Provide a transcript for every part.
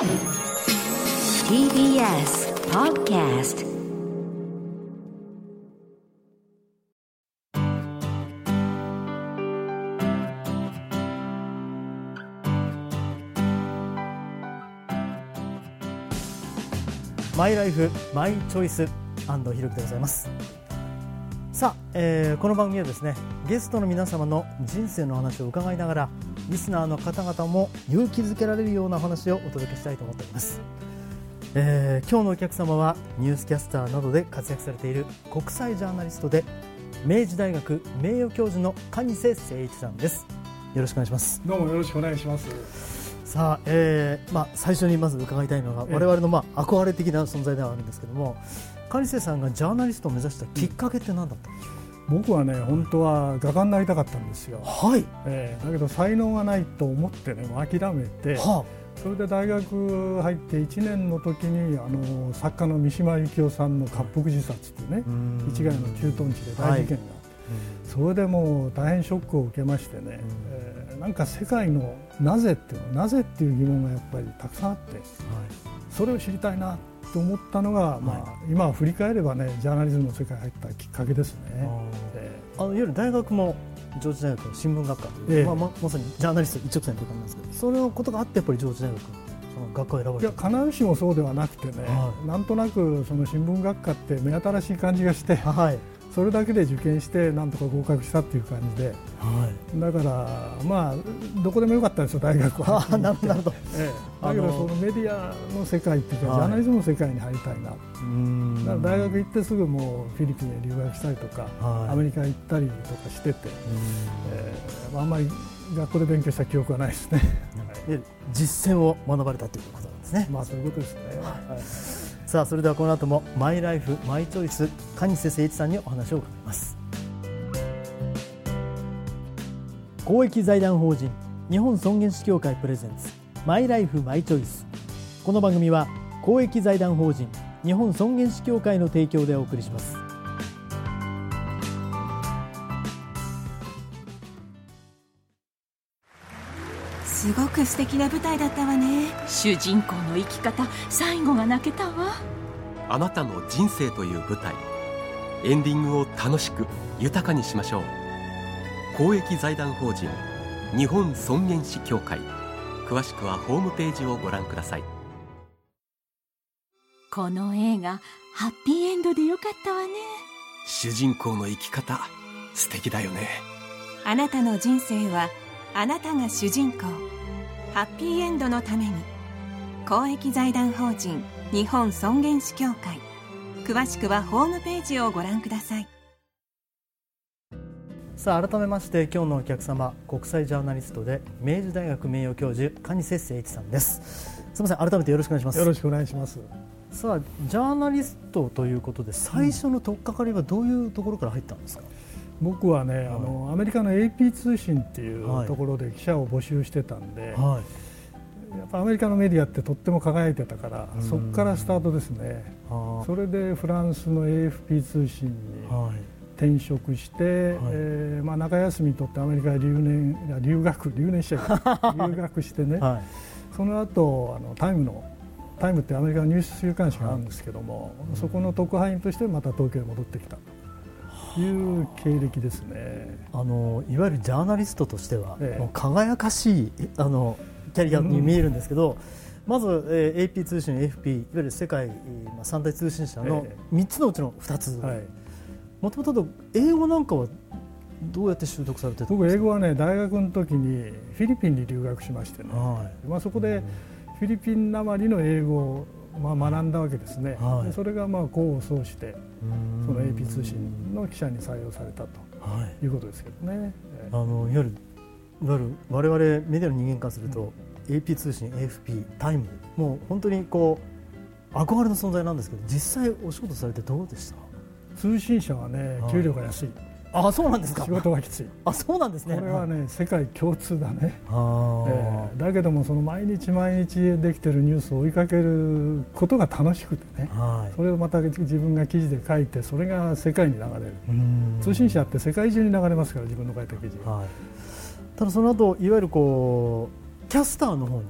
TBS Podcast。 マイライフマイチョイス安藤博樹でございます。さあ、この番組はですね、ゲストの皆様の人生の話を伺いながらリスナーの方々も勇気づけられるような話をお届けしたいと思っております。今日のお客様はニュースキャスターなどで活躍されている国際ジャーナリストで明治大学名誉教授の蟹瀬誠一さんです。よろしくお願いします。 どうもよろしくお願いします。 さあ、最初にまず伺いたいのが我々の憧れ的な存在ではあるんですけども、蟹瀬さんがジャーナリストを目指したきっかけって何だったんですか？ 僕はね、本当は画家になりたかったんですよ。 はい。 だけど才能がないと思ってね、もう諦めて、それで大学入って1年の時に作家の三島由紀夫さんの割腹自殺っていうね、市ヶ谷の駐屯地で大事件があって、それでもう大変ショックを受けましてね、なんか世界のなぜっていう疑問がやっぱりたくさんあって、それを知りたいなと思ったのが、今振り返ればね、ジャーナリズムの世界に入ったきっかけですね。 いわゆる大学も上智大学の新聞学科という、まさにジャーナリスト一直線という感じなんですけど、それのことがあってやっぱり上智大学その学科を選ばれた？ いや、必ずしもそうではなくてね、なんとなくその新聞学科って目新しい感じがして、それだけで受験してなんとか合格したっていう感じで、だからどこでもよかったんですよ、大学は。 なるほど。 だけどそのメディアの世界っていうか、ジャーナリズムの世界に入りたいな。だから大学行ってすぐもうフィリピンへ留学したりとか、アメリカ行ったりとかしてて、あんまり学校で勉強した記憶はないですね。 実践を学ばれたということなんですね。 そういうことですね。 さあ、それではこの後もマイライフマイチョイス、蟹瀬誠一さんにお話を伺います。公益財団法人日本尊厳死協会プレゼンツマイライフマイチョイス。この番組は公益財団法人日本尊厳死協会の提供でお送りします。 すごく素敵な舞台だったわね。 主人公の生き方、最後が泣けたわ。 あなたの人生という舞台、エンディングを楽しく豊かにしましょう。公益財団法人日本尊厳死協会、詳しくはホームページをご覧ください。 この映画ハッピーエンドでよかったわね。 主人公の生き方、素敵だよね。 あなたの人生はあなたが主人公。ハッピーエンドのために公益財団法人日本尊厳死協会、詳しくはホームページをご覧ください。 さあ、改めまして今日のお客様、国際ジャーナリストで明治大学名誉教授蟹瀬誠一さんです。すみません、改めてよろしくお願いします。 よろしくお願いします。 さあ、ジャーナリストということで最初の取っかかりはどういうところから入ったんですか？ 僕はね、アメリカの AP 通信っていうところで記者を募集してたんで、やっぱアメリカのメディアってとっても輝いてたから、そこからスタートですね。それでフランスの AFP 通信に転職して、中休みにとってアメリカへ留学してね、その後タイムってアメリカのニュース週刊誌があるんですけども、そこの特派員としてまた東京へ戻ってきたという経歴ですね。 いわゆるジャーナリストとしては、もう輝かしいキャリアに見えるんですけど、まず、AP 通信 AFP、いわゆる世界三大通信社の3つのうちの2つ、もともと英語なんかはどうやって習得されてたんですか？ 僕、英語はね、大学の時にフィリピンに留学しましてね、そこでフィリピンなまりの英語を学んだわけですね。それが功を奏してその AP 通信の記者に採用されたということですけどね。 いわゆる我々メディアの人間からすると、AP 通信 AFP タイム、もう本当に憧れの存在なんですけど、実際お仕事されてどうでした？ 通信社はね、給料が安い。 そうなんですか。 仕事がきつい。 そうなんですね。 これはね、世界共通だね。だけども、その毎日毎日できてるニュースを追いかけることが楽しくてね、それをまた自分が記事で書いて、それが世界に流れる。通信社って世界中に流れますから、自分の書いた記事が。 ただその後、いわゆるキャスターの方に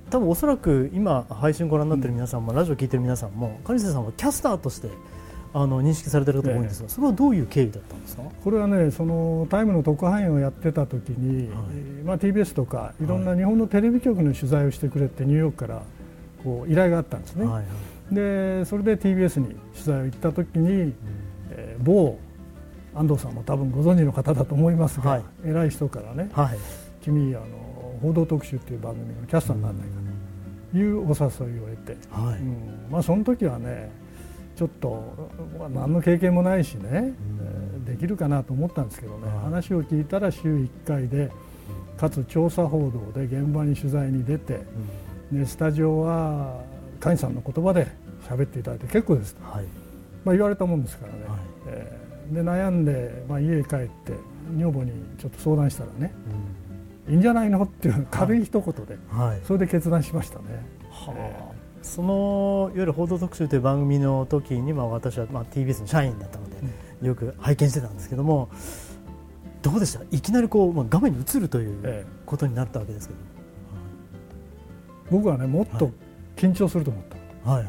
多分おそらく今配信ご覧になっている皆さんも、ラジオ聞いている皆さんも蟹瀬さんはキャスターとして認識されている方が多いんですが、それはどういう経緯だったんですか？ これはね、そのタイムの特派員をやってた時に、TBS とかいろんな日本のテレビ局の取材をしてくれってニューヨークからこう依頼があったんですね。でそれで TBS に取材を行った時に、某安藤さんも多分ご存知の方だと思いますが、偉い人からね、君報道特集っていう番組のキャスターにならないかというお誘いを得て、その時はねちょっと何の経験もないしね、できるかなと思ったんですけどね、話を聞いたら週1回でかつ調査報道で現場に取材に出て、スタジオは蟹さんの言葉で喋っていただいて結構ですと、言われたもんですからね、で悩んで、家へ帰って女房にちょっと相談したらね、いいんじゃないのっていう軽い一言で、それで決断しましたね。 そのいわゆる報道特集という番組の時に、私はTBS の社員だったので、よく拝見してたんですけども、どうでした？いきなりこう、画面に映るということになったわけですけど、 僕はねもっと緊張すると思った、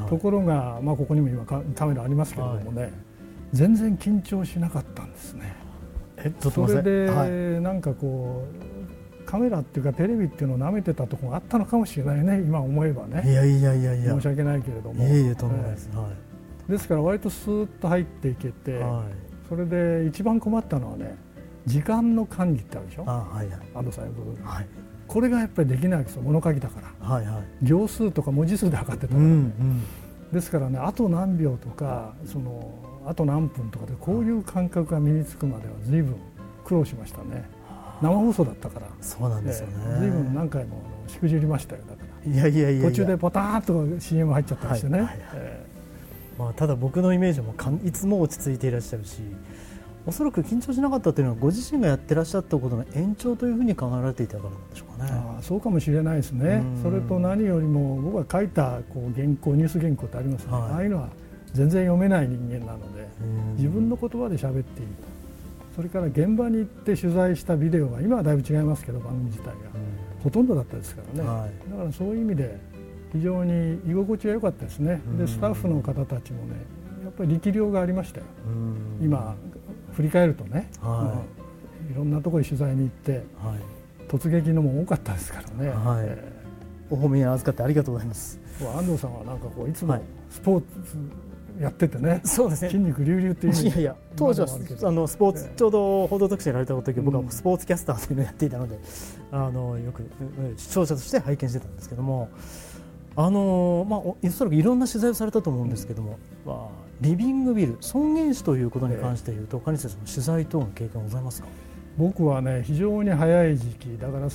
ところが、ここにも今カメラありますけれどもね、全然緊張しなかったんですね。それで、なんかこうカメラっていうかテレビっていうのを舐めてたところがあったのかもしれないね、今思えばね。申し訳ないけれども、 とんでもないです。 ですから割とスーッと入っていけて、それで一番困ったのはね、時間の管理ってあるでしょ、安藤さんのことで、これがやっぱりできないわけですよ、物書きだから、行数とか文字数で測ってたからね、ですからね、あと何秒とかあと何分とかでこういう感覚が身につくまでは随分苦労しましたね。生放送だったから。 そうなんですよね。 随分何回もしくじりましたよ。だから途中でポターンと CM 入っちゃったりしてね。 ただ僕のイメージもいつも落ち着いていらっしゃるし、おそらく緊張しなかったというのはご自身がやってらっしゃったことの延長というふうに考えられていたからなんでしょうかね。 そうかもしれないですね。それと何よりも僕が書いた原稿、ニュース原稿ってありますね、ああいうのは全然読めない人間なので、自分の言葉で喋っている。それから現場に行って取材したビデオが今はだいぶ違いますけど、番組自体がほとんどだったですからね、だからそういう意味で非常に居心地が良かったですね。でスタッフの方たちもね、やっぱり力量がありましたよ。今振り返るとね、いろんなところに取材に行って、突撃のも多かったですからね。 お褒めに預かってありがとうございます。 安藤さんはなんかこういつもスポーツやっててね、 そうですね、 筋肉隆々っていう当時はスポーツ、ちょうど報道特集やられた時、僕はスポーツキャスターというのをやっていたので、よく視聴者として拝見してたんですけども、おそらくいろんな取材をされたと思うんですけども、リビングビル尊厳死ということに関して言うと、蟹瀬さんの取材等の経験はございますか？ 僕はね、非常に早い時期だから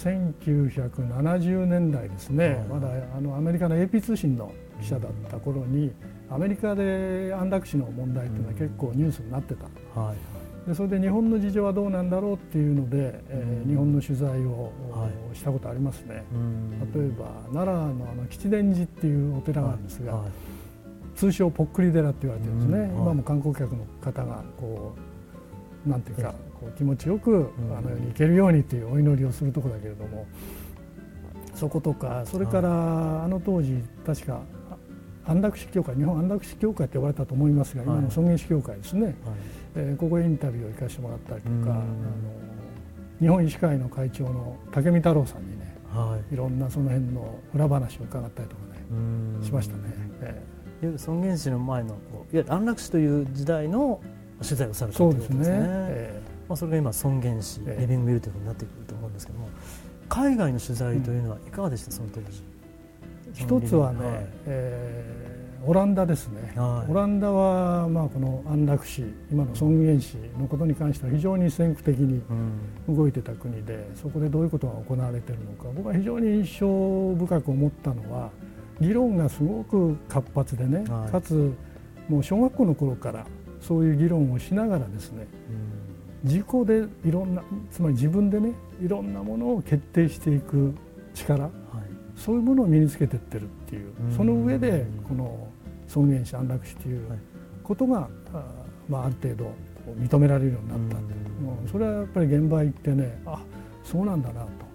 1970年代ですね、まだアメリカの AP 通信の記者だった頃に、アメリカで安楽死の問題というのは結構ニュースになってた、でそれで日本の事情はどうなんだろうっていうので、日本の取材をしたことありますね。例えば奈良の吉伝寺っていうお寺があるんですが、通称ぽっくり寺って言われてるんですね。今も観光客の方がこうなんていうかこう気持ちよく世に行けるようにというお祈りをするところだけれども、そことか、それから当時確か安楽死協会、日本安楽死協会って呼ばれたと思いますが、今の尊厳死協会ですね、ここへインタビューを行かせてもらったりとか、日本医師会の会長の武見太郎さんにね、いろんなその辺の裏話を伺ったりとかねしましたね。 尊厳死の前のいわゆる安楽死という時代の取材をされたということですね。それが今尊厳死、リビングビルというふうになってくると思うんですけども、海外の取材というのはいかがでした、その当時？ 一つはね、オランダですね。オランダはこの安楽死、今の尊厳死のことに関しては非常に先駆的に動いてた国で、そこでどういうことが行われているのか、僕は非常に印象深く思ったのは、議論がすごく活発でね、かつもう小学校の頃からそういう議論をしながらですね、自己でいろんな、つまり自分でね、いろんなものを決定していく力、そういうものを身につけていってるっていう、その上でこの尊厳死安楽死ということが、ある程度認められるようになったっていう、それはやっぱり現場行ってね、そうなんだなと、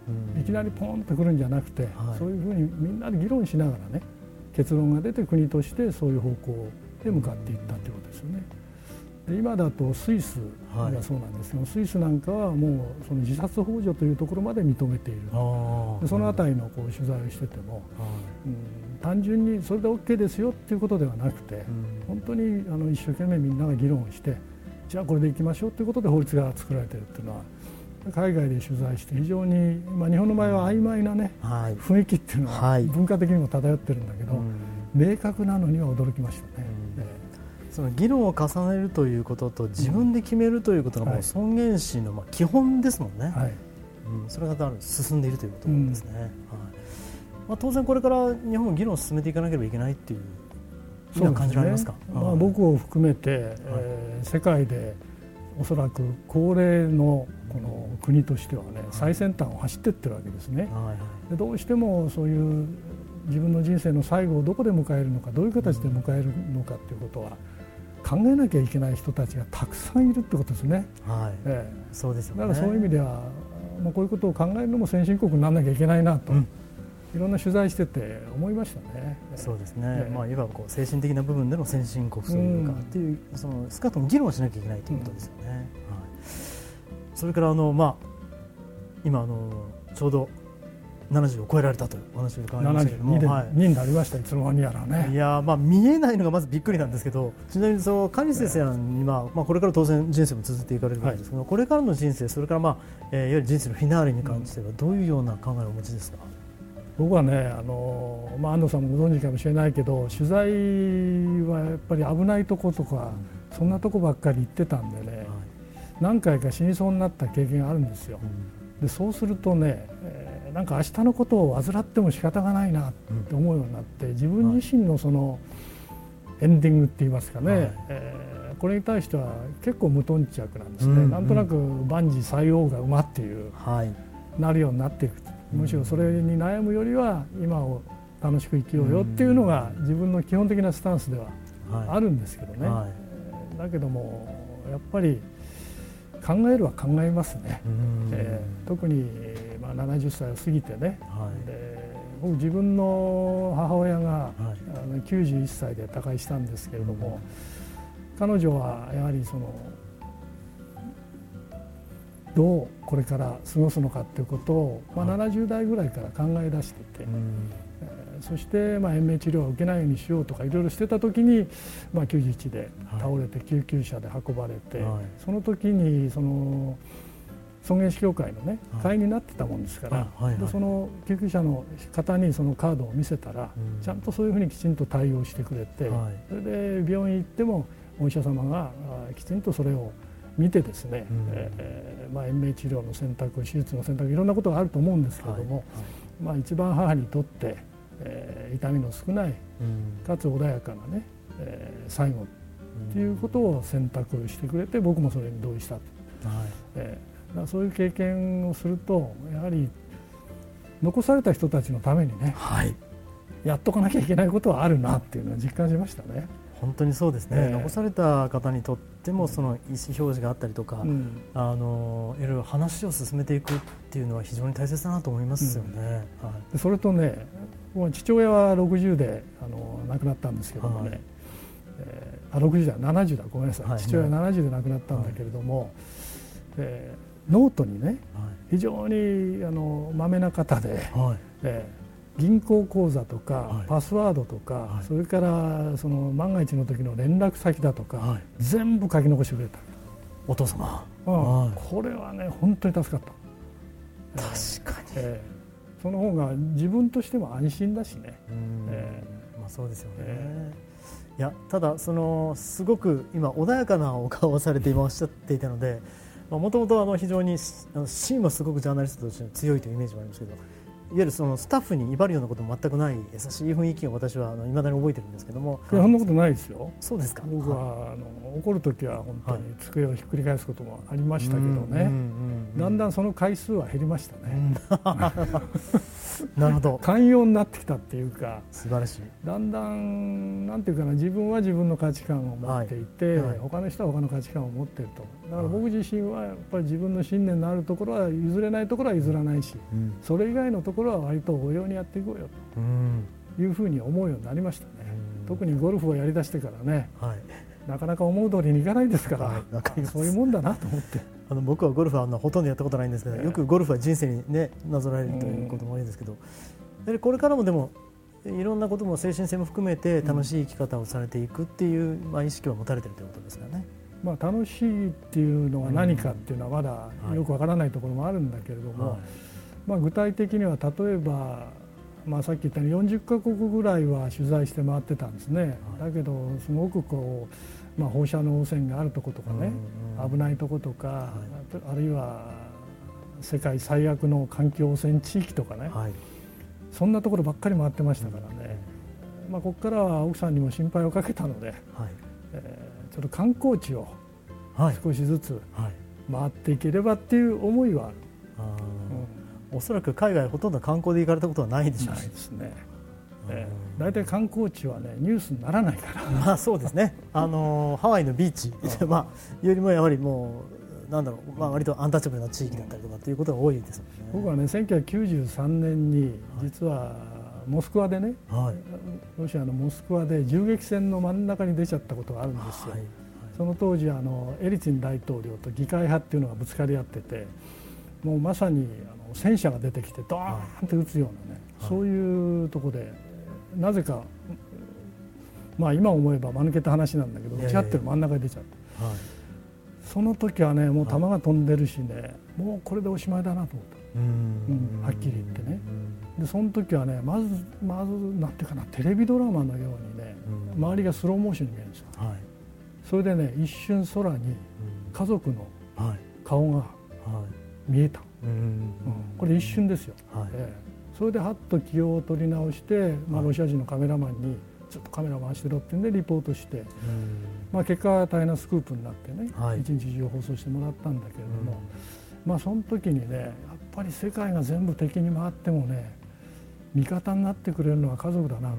いきなりポンとくるんじゃなくて、そういうふうにみんなで議論しながらね、結論が出て国としてそういう方向へ向かっていったということですよね。で今だとスイスがそうなんですけど、スイスなんかはもうその自殺幇助というところまで認めている。でそのあたりのこう取材をしてても、単純にそれで OK ですよっていうことではなくて、本当に一生懸命みんなが議論をして、じゃあこれでいきましょうということで法律が作られているっていうのは、海外で取材して非常に、日本の場合は曖昧なね、雰囲気っていうのは文化的にも漂ってるんだけど、明確なのには驚きましたね。 その議論を重ねるということと自分で決めるということがもう尊厳死の基本ですもんね。それが進んでいるということなんですね。当然これから日本も議論を進めていかなければいけないっていう感じがありますか。 僕を含めて、世界でおそらく高齢のこの国としてはね、最先端を走っていってるわけですね。でどうしてもそういう自分の人生の最後をどこで迎えるのか、どういう形で迎えるのかということは考えなきゃいけない人たちがたくさんいるってことですね。 そうですよね。 だからそういう意味では、こういうことを考えるのも先進国にならなきゃいけないなと、いろんな取材してて思いましたね。 そうですね。いわばこう精神的な部分での先進国というか、っていうその少なくとも議論しなきゃいけないということですよね。それから今ちょうど70を超えられたというお話を伺いましたけども、 72になりました。いつの間にやらね。 いや見えないのがまずびっくりなんですけど、ちなみに川西先生にこれから当然人生も続けていかれるわけですけど、これからの人生、それからいわゆる人生のフィナーレに関してはどういうような考えをお持ちですか。 僕はね、安藤さんもご存知かもしれないけど、取材はやっぱり危ないとことか、そんなとこばっかり行ってたんでね、何回か死にそうになった経験があるんですよ。でそうするとね、なんか明日のことを患っても仕方がないなって思うようになって、自分自身のそのエンディングって言いますかね、これに対しては結構無頓着なんですね。なんとなく万事塞翁が馬っていう、なるようになっていく。むしろそれに悩むよりは今を楽しく生きようよっていうのが自分の基本的なスタンスではあるんですけどね。だけどもやっぱり考えるは考えますね。特に70歳を過ぎてね、僕自分の母親が91歳で他界したんですけれども、彼女はやはりどうこれから過ごすのかということを、70代ぐらいから考え出していて、そして延命治療を受けないようにしようとかいろいろしてた時に、91で倒れて救急車で運ばれて、その時に尊厳死協会のね会員になってたもんですから、でその救急車の方にそのカードを見せたら、ちゃんとそういうふうにきちんと対応してくれて、それで病院行ってもお医者様がきちんとそれを見てですね、延命治療の選択、手術の選択、いろんなことがあると思うんですけれども、一番母にとって、痛みの少ないかつ穏やかなね、最後っていうことを選択してくれて、僕もそれに同意したと。そういう経験をすると、やはり残された人たちのためにね、やっとかなきゃいけないことはあるなっていうのを実感しましたね。 本当にそうですね。残された方にとってもその意思表示があったりとか、いろいろ話を進めていくっていうのは非常に大切だなと思いますよね。 それとね、父親は60で亡くなったんですけどもね、60だ70だごめんなさい、父親は70で亡くなったんだけれども、ノートにね、非常にまめな方で、銀行口座とかパスワードとか、それからその万が一の時の連絡先だとか、全部書き残してくれた。 お父様、 これはね本当に助かった。 確かに、 その方が自分としても安心だしね。 そうですよね。いや、ただすごく今穏やかなお顔をされて今おっしゃっていたので、もともと非常に芯もすごくジャーナリストとして強いというイメージもありますけど、 いわゆるそのスタッフに威張るようなことも全くない優しい雰囲気を私は未だに覚えてるんですけども。 そんなことないですよ。 そうですか。 僕は怒るときは本当に机をひっくり返すこともありましたけどね、だんだんその回数は減りましたね。 なるほど。 寛容になってきたっていうか、 素晴らしい。 だんだんなんていうかな、自分は自分の価値観を持っていて、他の人は他の価値観を持っていると。だから僕自身はやっぱり自分の信念のあるところは譲れないところは譲らないし、それ以外のところは割と応用にやっていこうよというふうに思うようになりましたね。特にゴルフをやりだしてからね、なかなか思う通りにいかないですから、そういうもんだなと思って。 僕はゴルフはほとんどやったことないんですけど、よくゴルフは人生にねなぞらえるということも多いですけど、これからもでもいろんなことも精神性も含めて楽しい生き方をされていくっていう、意識は持たれているということですかね。 楽しいっていうのが何かっていうのはまだよくわからないところもあるんだけれども、具体的には例えば、さっき言ったように40カ国ぐらいは取材して回ってたんですね。だけどすごくこう、放射能汚染があるところとかね、危ないところとか、あるいは世界最悪の環境汚染地域とかね、そんなところばっかり回ってましたからね、ここからは奥さんにも心配をかけたので、ちょっと観光地を少しずつ回っていければっていう思いはある。 おそらく海外ほとんど観光で行かれたことはないでしょうし。 ないですね。大体観光地はねニュースにならないから。 そうですね。ハワイのビーチよりもやはりもうなんだろう、割とアンタッチャブルな地域だったりとかっていうことが多いですもんね。 僕はね1993年に実はモスクワでね、ロシアのモスクワで銃撃戦の真ん中に出ちゃったことがあるんですよ。その当時エリツィン大統領と議会派っていうのがぶつかり合ってて、もうまさに戦車が出てきてドーンって撃つようなね、そういうとこでなぜか今思えば間抜けた話なんだけど、打ち合ってる真ん中に出ちゃって、その時はねもう弾が飛んでるしね、もうこれでおしまいだなと思った。はっきり言ってね。でその時はねまずなんていうかな、テレビドラマのようにね、周りがスローモーションに見えるんですよ。それでね一瞬空に家族の顔が見えた。これ一瞬ですよ。それではっと気を取り直して、ロシア人のカメラマンにちょっとカメラ回してろって言うんでリポートして、結果は大変なスクープになってね、一日中放送してもらったんだけれども、その時にねやっぱり世界が全部敵に回ってもね味方になってくれるのは家族だなと、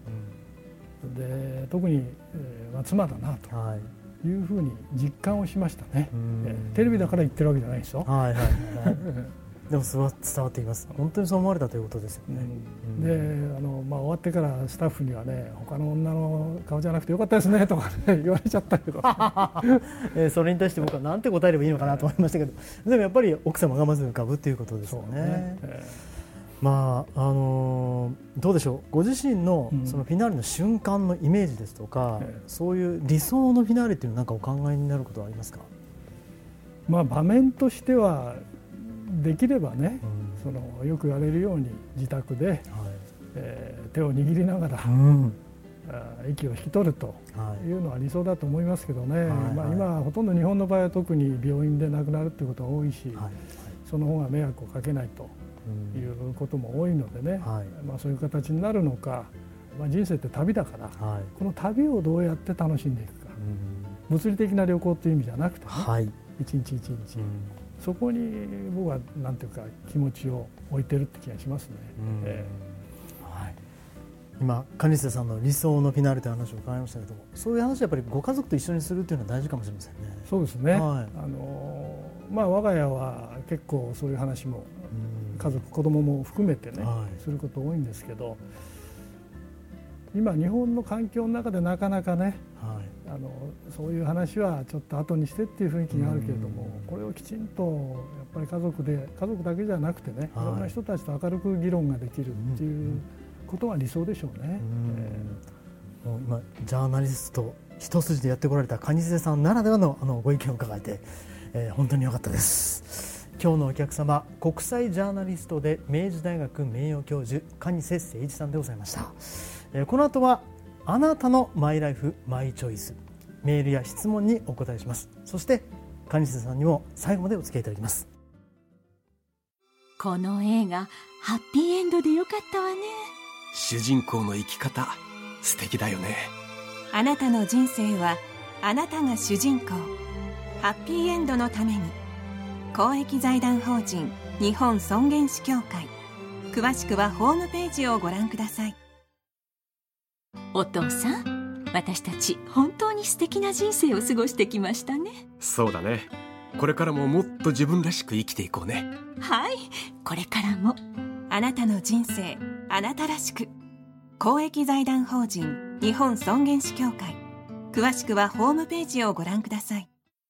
で特に、妻だなというふうに実感をしましたね。テレビだから言ってるわけじゃないですよ。 でも伝わっています。本当にそう思われたということですよね。 で終わってからスタッフにはね、他の女の顔じゃなくてよかったですねとかね言われちゃったけどそれに対して僕は何て答えればいいのかなと思いましたけど、でもやっぱり奥様がまず浮かぶということですよね。どうでしょう、ご自身のそのフィナーレの瞬間のイメージですとか、そういう理想のフィナーレっていうのは何かお考えになることはありますか？ 場面としてはできればね、よく言われるように自宅で、手を握りながら、息を引き取るというのは理想だと思いますけどね。今ほとんど日本の場合は特に病院で亡くなるということが多いし、その方が迷惑をかけないということも多いのでね、そういう形になるのか、人生って旅だから、この旅をどうやって楽しんでいくか、物理的な旅行という意味じゃなくてね、一日一日、そこに僕はなんていうか気持ちを置いてるって気がしますね。 今蟹瀬さんの理想のフィナーレという話を伺いましたけども、そういう話はやっぱりご家族と一緒にするというのは大事かもしれませんね。 そうですね。我が家は結構そういう話も家族子供も含めてね、すること多いんですけど、今日本の環境の中でなかなかね、そういう話はちょっと後にしてっていう雰囲気があるけれども、これをきちんとやっぱり家族だけじゃなくてね、いろんな人たちと明るく議論ができるっていうことが理想でしょうね。 もう今ジャーナリスト一筋でやってこられた蟹瀬さんならではのご意見を伺えて、本当に良かったです。今日のお客様、国際ジャーナリストで明治大学名誉教授蟹瀬誠一さんでございました。この後はあなたのマイライフマイチョイス、メールや質問にお答えします。そして蟹瀬さんにも最後までお付き合いいただきます。 この映画ハッピーエンドでよかったわね。 主人公の生き方素敵だよね。 あなたの人生はあなたが主人公。ハッピーエンドのために公益財団法人日本尊厳死協会。詳しくはホームページをご覧ください。 お父さん、私たち本当に素敵な人生を過ごしてきましたね。 そうだね。これからももっと自分らしく生きていこうね。 はい、これからも。 あなたの人生あなたらしく。公益財団法人日本尊厳死協会。詳しくはホームページをご覧ください。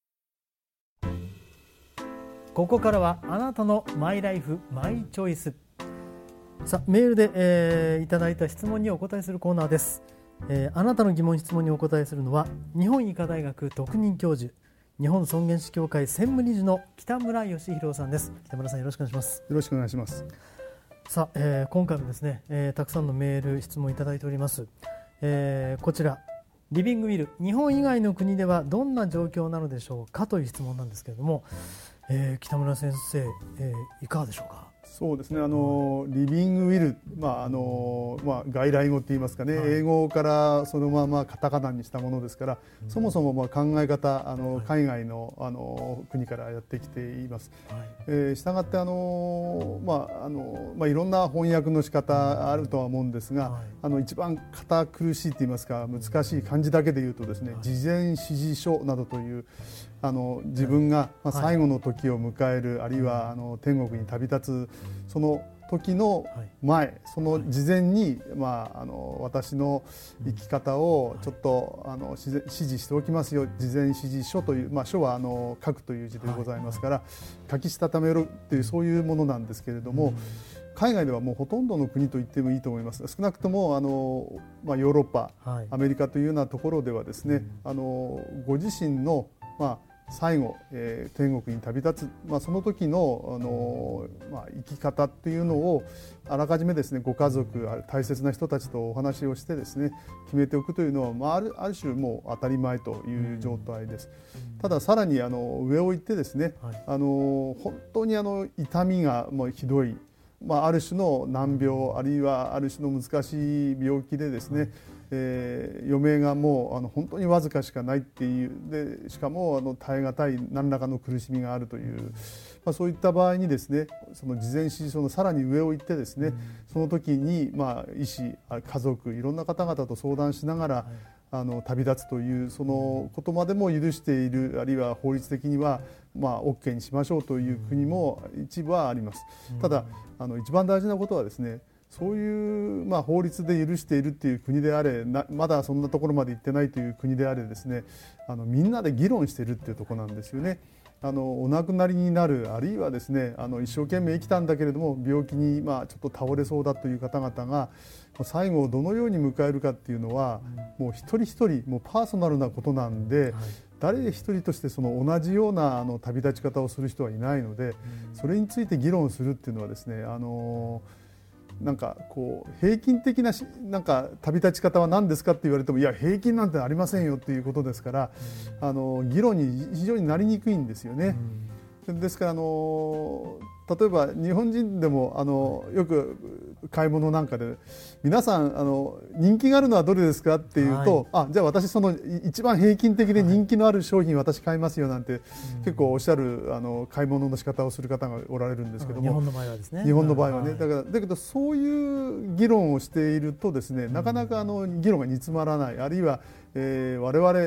ここからはあなたのマイライフマイチョイス。さあ、メールで、いただいた質問にお答えするコーナーです。あなたの疑問質問にお答えするのは日本医科大学特任教授、日本尊厳死協会専務理事の北村義弘さんです。北村さん、よろしくお願いします。 よろしくお願いします。 さあ、今回もですね、たくさんのメール質問いただいております。こちらリビングウィル、日本以外の国ではどんな状況なのでしょうかという質問なんですけれども、北村先生、いかがでしょうか。 そうですね、リビングウィル、外来語って言いますかね、英語からそのままカタカナにしたものですから、そもそも考え方海外の、国からやってきています。したがっていろんな翻訳の仕方あるとは思うんですが、一番堅苦しいと言いますか難しい漢字だけで言うとですね、事前指示書などという自分が最後の時を迎える、あるいは天国に旅立つその時の前、その事前に、私の生き方をちょっと指示しておきますよ、事前指示書という、書は書くという字でございますから、書きしたためるというそういうものなんですけれども、海外ではもうほとんどの国と言ってもいいと思います。少なくともヨーロッパ、アメリカというようなところではですね、ご自身の最後、天国に旅立つ、その時の、生き方っていうのをあらかじめですね、ご家族、大切な人たちとお話をしてですね、決めておくというのは、ある種もう当たり前という状態です。たださらに上を行ってですね、本当に痛みがもうひどい、ある種の難病、あるいはある種の難しい病気でですね、余命がもう本当にわずかしかないっていうで、しかも耐え難い何らかの苦しみがあるという、そういった場合にですね、その事前指示書のさらに上を行ってですね、その時に医師、家族、いろんな方々と相談しながら、旅立つというそのことまでも許している、あるいは法律的にはOK にしましょうという国も一部はあります。ただ一番大事なことはですね、そういう法律で許しているという国であれ、まだそんなところまで行ってないという国であれですね、みんなで議論しているというところなんですよね。お亡くなりになる、あるいはですね、一生懸命生きたんだけれども病気にちょっと倒れそうだという方々が最後をどのように迎えるかっていうのは、もう一人一人もうパーソナルなことなんで、誰一人としてその同じような旅立ち方をする人はいないので、それについて議論するっていうのはですね、なんかこう平均的ななんか旅立ち方は何ですかって言われても、いや平均なんてありませんよっていうことですから、議論に非常になりにくいんですよね。ですから例えば日本人でもよく買い物なんかで皆さん人気があるのはどれですかっていうと、じゃあ私その一番平均的で人気のある商品私買いますよなんて結構おっしゃる買い物の仕方をする方がおられるんですけども、 日本の場合はですね、 日本の場合はね、だけどそういう議論をしているとですね、なかなか議論が煮詰まらない、あるいは我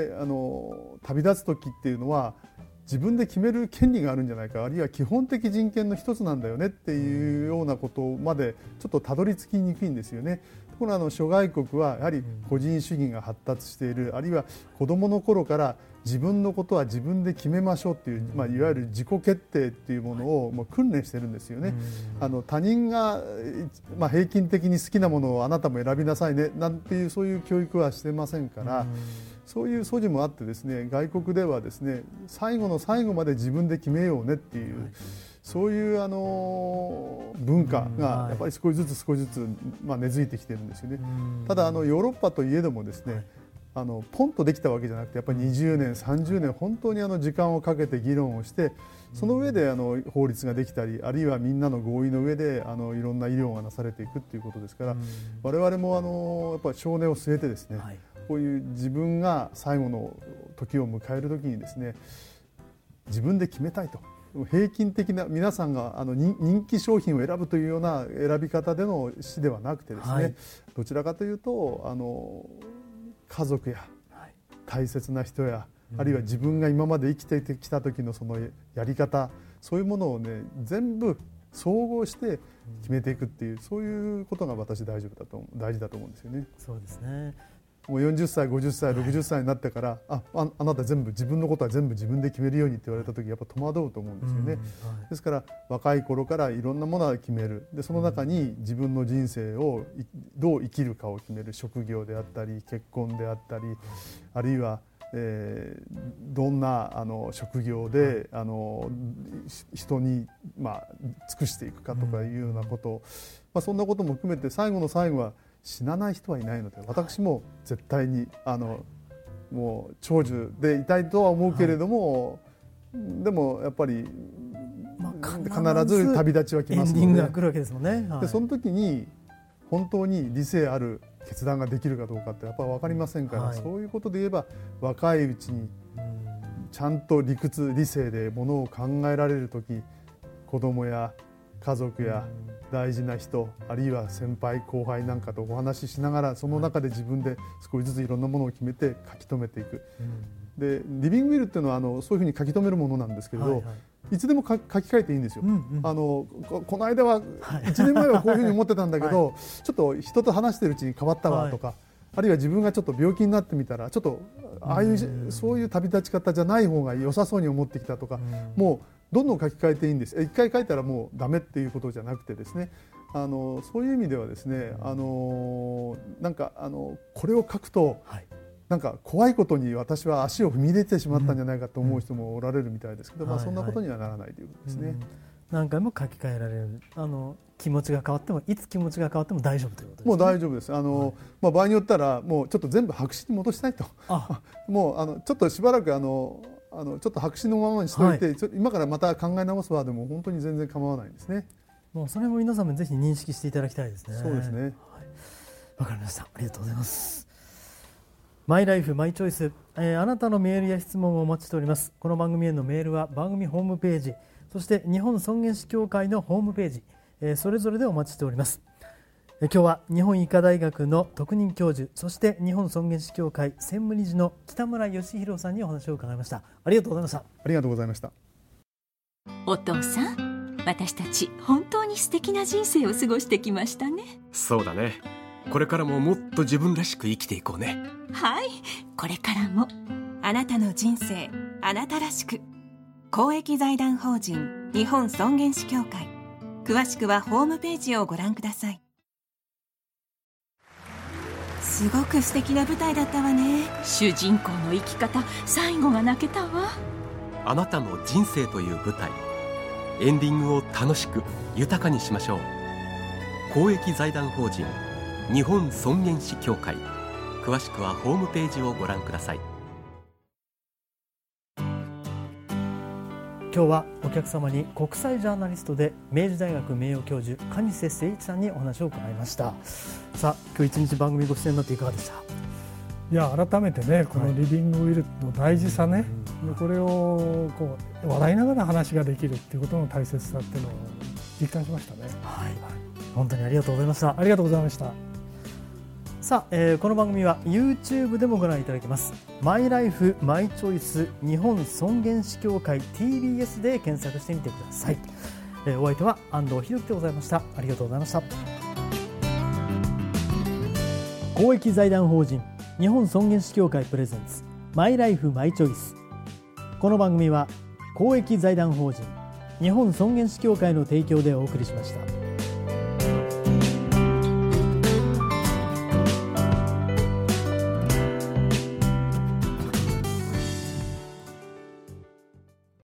々旅立つ時っていうのは自分で決める権利があるんじゃないか、あるいは基本的人権の一つなんだよねっていうようなことまでちょっとたどり着きにくいんですよね。ところが諸外国はやはり個人主義が発達している、あるいは子どもの頃から自分のことは自分で決めましょうっていう、いわゆる自己決定っていうものをもう訓練してるんですよね。他人が、平均的に好きなものをあなたも選びなさいねなんていうそういう教育はしてませんから、そういう素地もあってですね、外国ではですね、最後の最後まで自分で決めようねっていう、そういう文化がやっぱり少しずつ根付いてきてるんですよね。ただヨーロッパといえどもですね、 ポンとできたわけじゃなくてやっぱり20年30年本当に時間をかけて議論をしてその上で法律ができたりあるいはみんなの合意の上でいろんな医療がなされていくということですから我々もやっぱり性根を据えてですね、こういう自分が最後の時を迎える時にですね自分で決めたいと平均的な皆さんが人気商品を選ぶというような選び方での死ではなくてですね、どちらかというと家族や大切な人やあるいは自分が今まで生きてきた時のそのやり方そういうものをね全部総合して決めていくっていうそういうことが私大事だと思うんですよね。 そうですね。 もう40歳50歳60歳になってからあなた全部自分のことは全部自分で決めるようにって言われた時やっぱ戸惑うと思うんですよね。ですから若い頃からいろんなものを決めるでその中に自分の人生をどう生きるかを決める職業であったり結婚であったりあるいはどんな職業で人に尽くしていくかとかいうようなことをそんなことも含めて最後の最後は死なない人はいないので私も絶対にもう長寿でいたいとは思うけれども、でもやっぱり必ず旅立ちは来ますのでエンディングが来るわけですもんね。 でその時に本当に理性ある決断ができるかどうかってやっぱり分かりませんから、そういうことで言えば若いうちにちゃんと理性でものを考えられる時子供や家族や大事な人あるいは先輩後輩なんかとお話ししながらその中で自分で少しずついろんなものを決めて書き留めていく、でリビングウィルっていうのはそういうふうに書き留めるものなんですけれど、いつでも書き換えていいんですよ。この間は1年前はこういうふうに思ってたんだけど、ちょっと人と話しているうちに変わったわとか、あるいは自分がちょっと病気になってみたらちょっとそういう旅立ち方じゃない方が良さそうに思ってきたとか、もうどんどん書き換えていいんです。一回書いたらもうダメっていうことじゃなくてですね、そういう意味ではですね、なんかこれを書くと、なんか怖いことに私は足を踏み入れてしまったんじゃないかと思う人もおられるみたいですけど、そんなことにはならないということですね。 何回も書き換えられる気持ちが変わってもいつ気持ちが変わっても大丈夫ということですね。 もう大丈夫です。場合によったらもうちょっと全部白紙に戻したいともうちょっとしばらくちょっと白紙のままにしておいて、今からまた考え直すわでも本当に全然構わないんですね。 もうそれも皆さんもぜひ認識していただきたいですね。 そうですね。 わかりました。ありがとうございます。マイライフマイチョイス、あなたのメールや質問をお待ちしております。この番組へのメールは番組ホームページ、そして日本尊厳死協会のホームページ、それぞれでお待ちしております。今日は日本医科大学の特任教授、そして日本尊厳死協会専務理事の北村義弘さんにお話を伺いました。ありがとうございました。 ありがとうございました。 お父さん、私たち本当に素敵な人生を過ごしてきましたね。 そうだね。これからももっと自分らしく生きていこうね。 はい、これからもあなたの人生あなたらしく、公益財団法人日本尊厳死協会、詳しくはホームページをご覧ください。すごく素敵な舞台だったわね。 主人公の生き方、最後が泣けたわ。 あなたの人生という舞台、エンディングを楽しく豊かにしましょう。公益財団法人日本尊厳死協会、詳しくはホームページをご覧ください。 今日はお客様に国際ジャーナリストで明治大学名誉教授蟹瀬誠一さんにお話を伺いました。さあ、今日一日番組ご出演になっていかがでした？ いや、改めてね、このリビングウィルの大事さね、これを笑いながら話ができるっていうことの大切さっていうのを実感しましたね。 はい、本当にありがとうございました。 ありがとうございました。 さあ、この番組は YouTube でもご覧いただけます。マイライフマイチョイス日本尊厳死協会 TBS で検索してみてください。お相手は安藤博樹でございました。ありがとうございました。公益財団法人日本尊厳死協会プレゼンツマイライフマイチョイス。この番組は公益財団法人日本尊厳死協会の提供でお送りしました。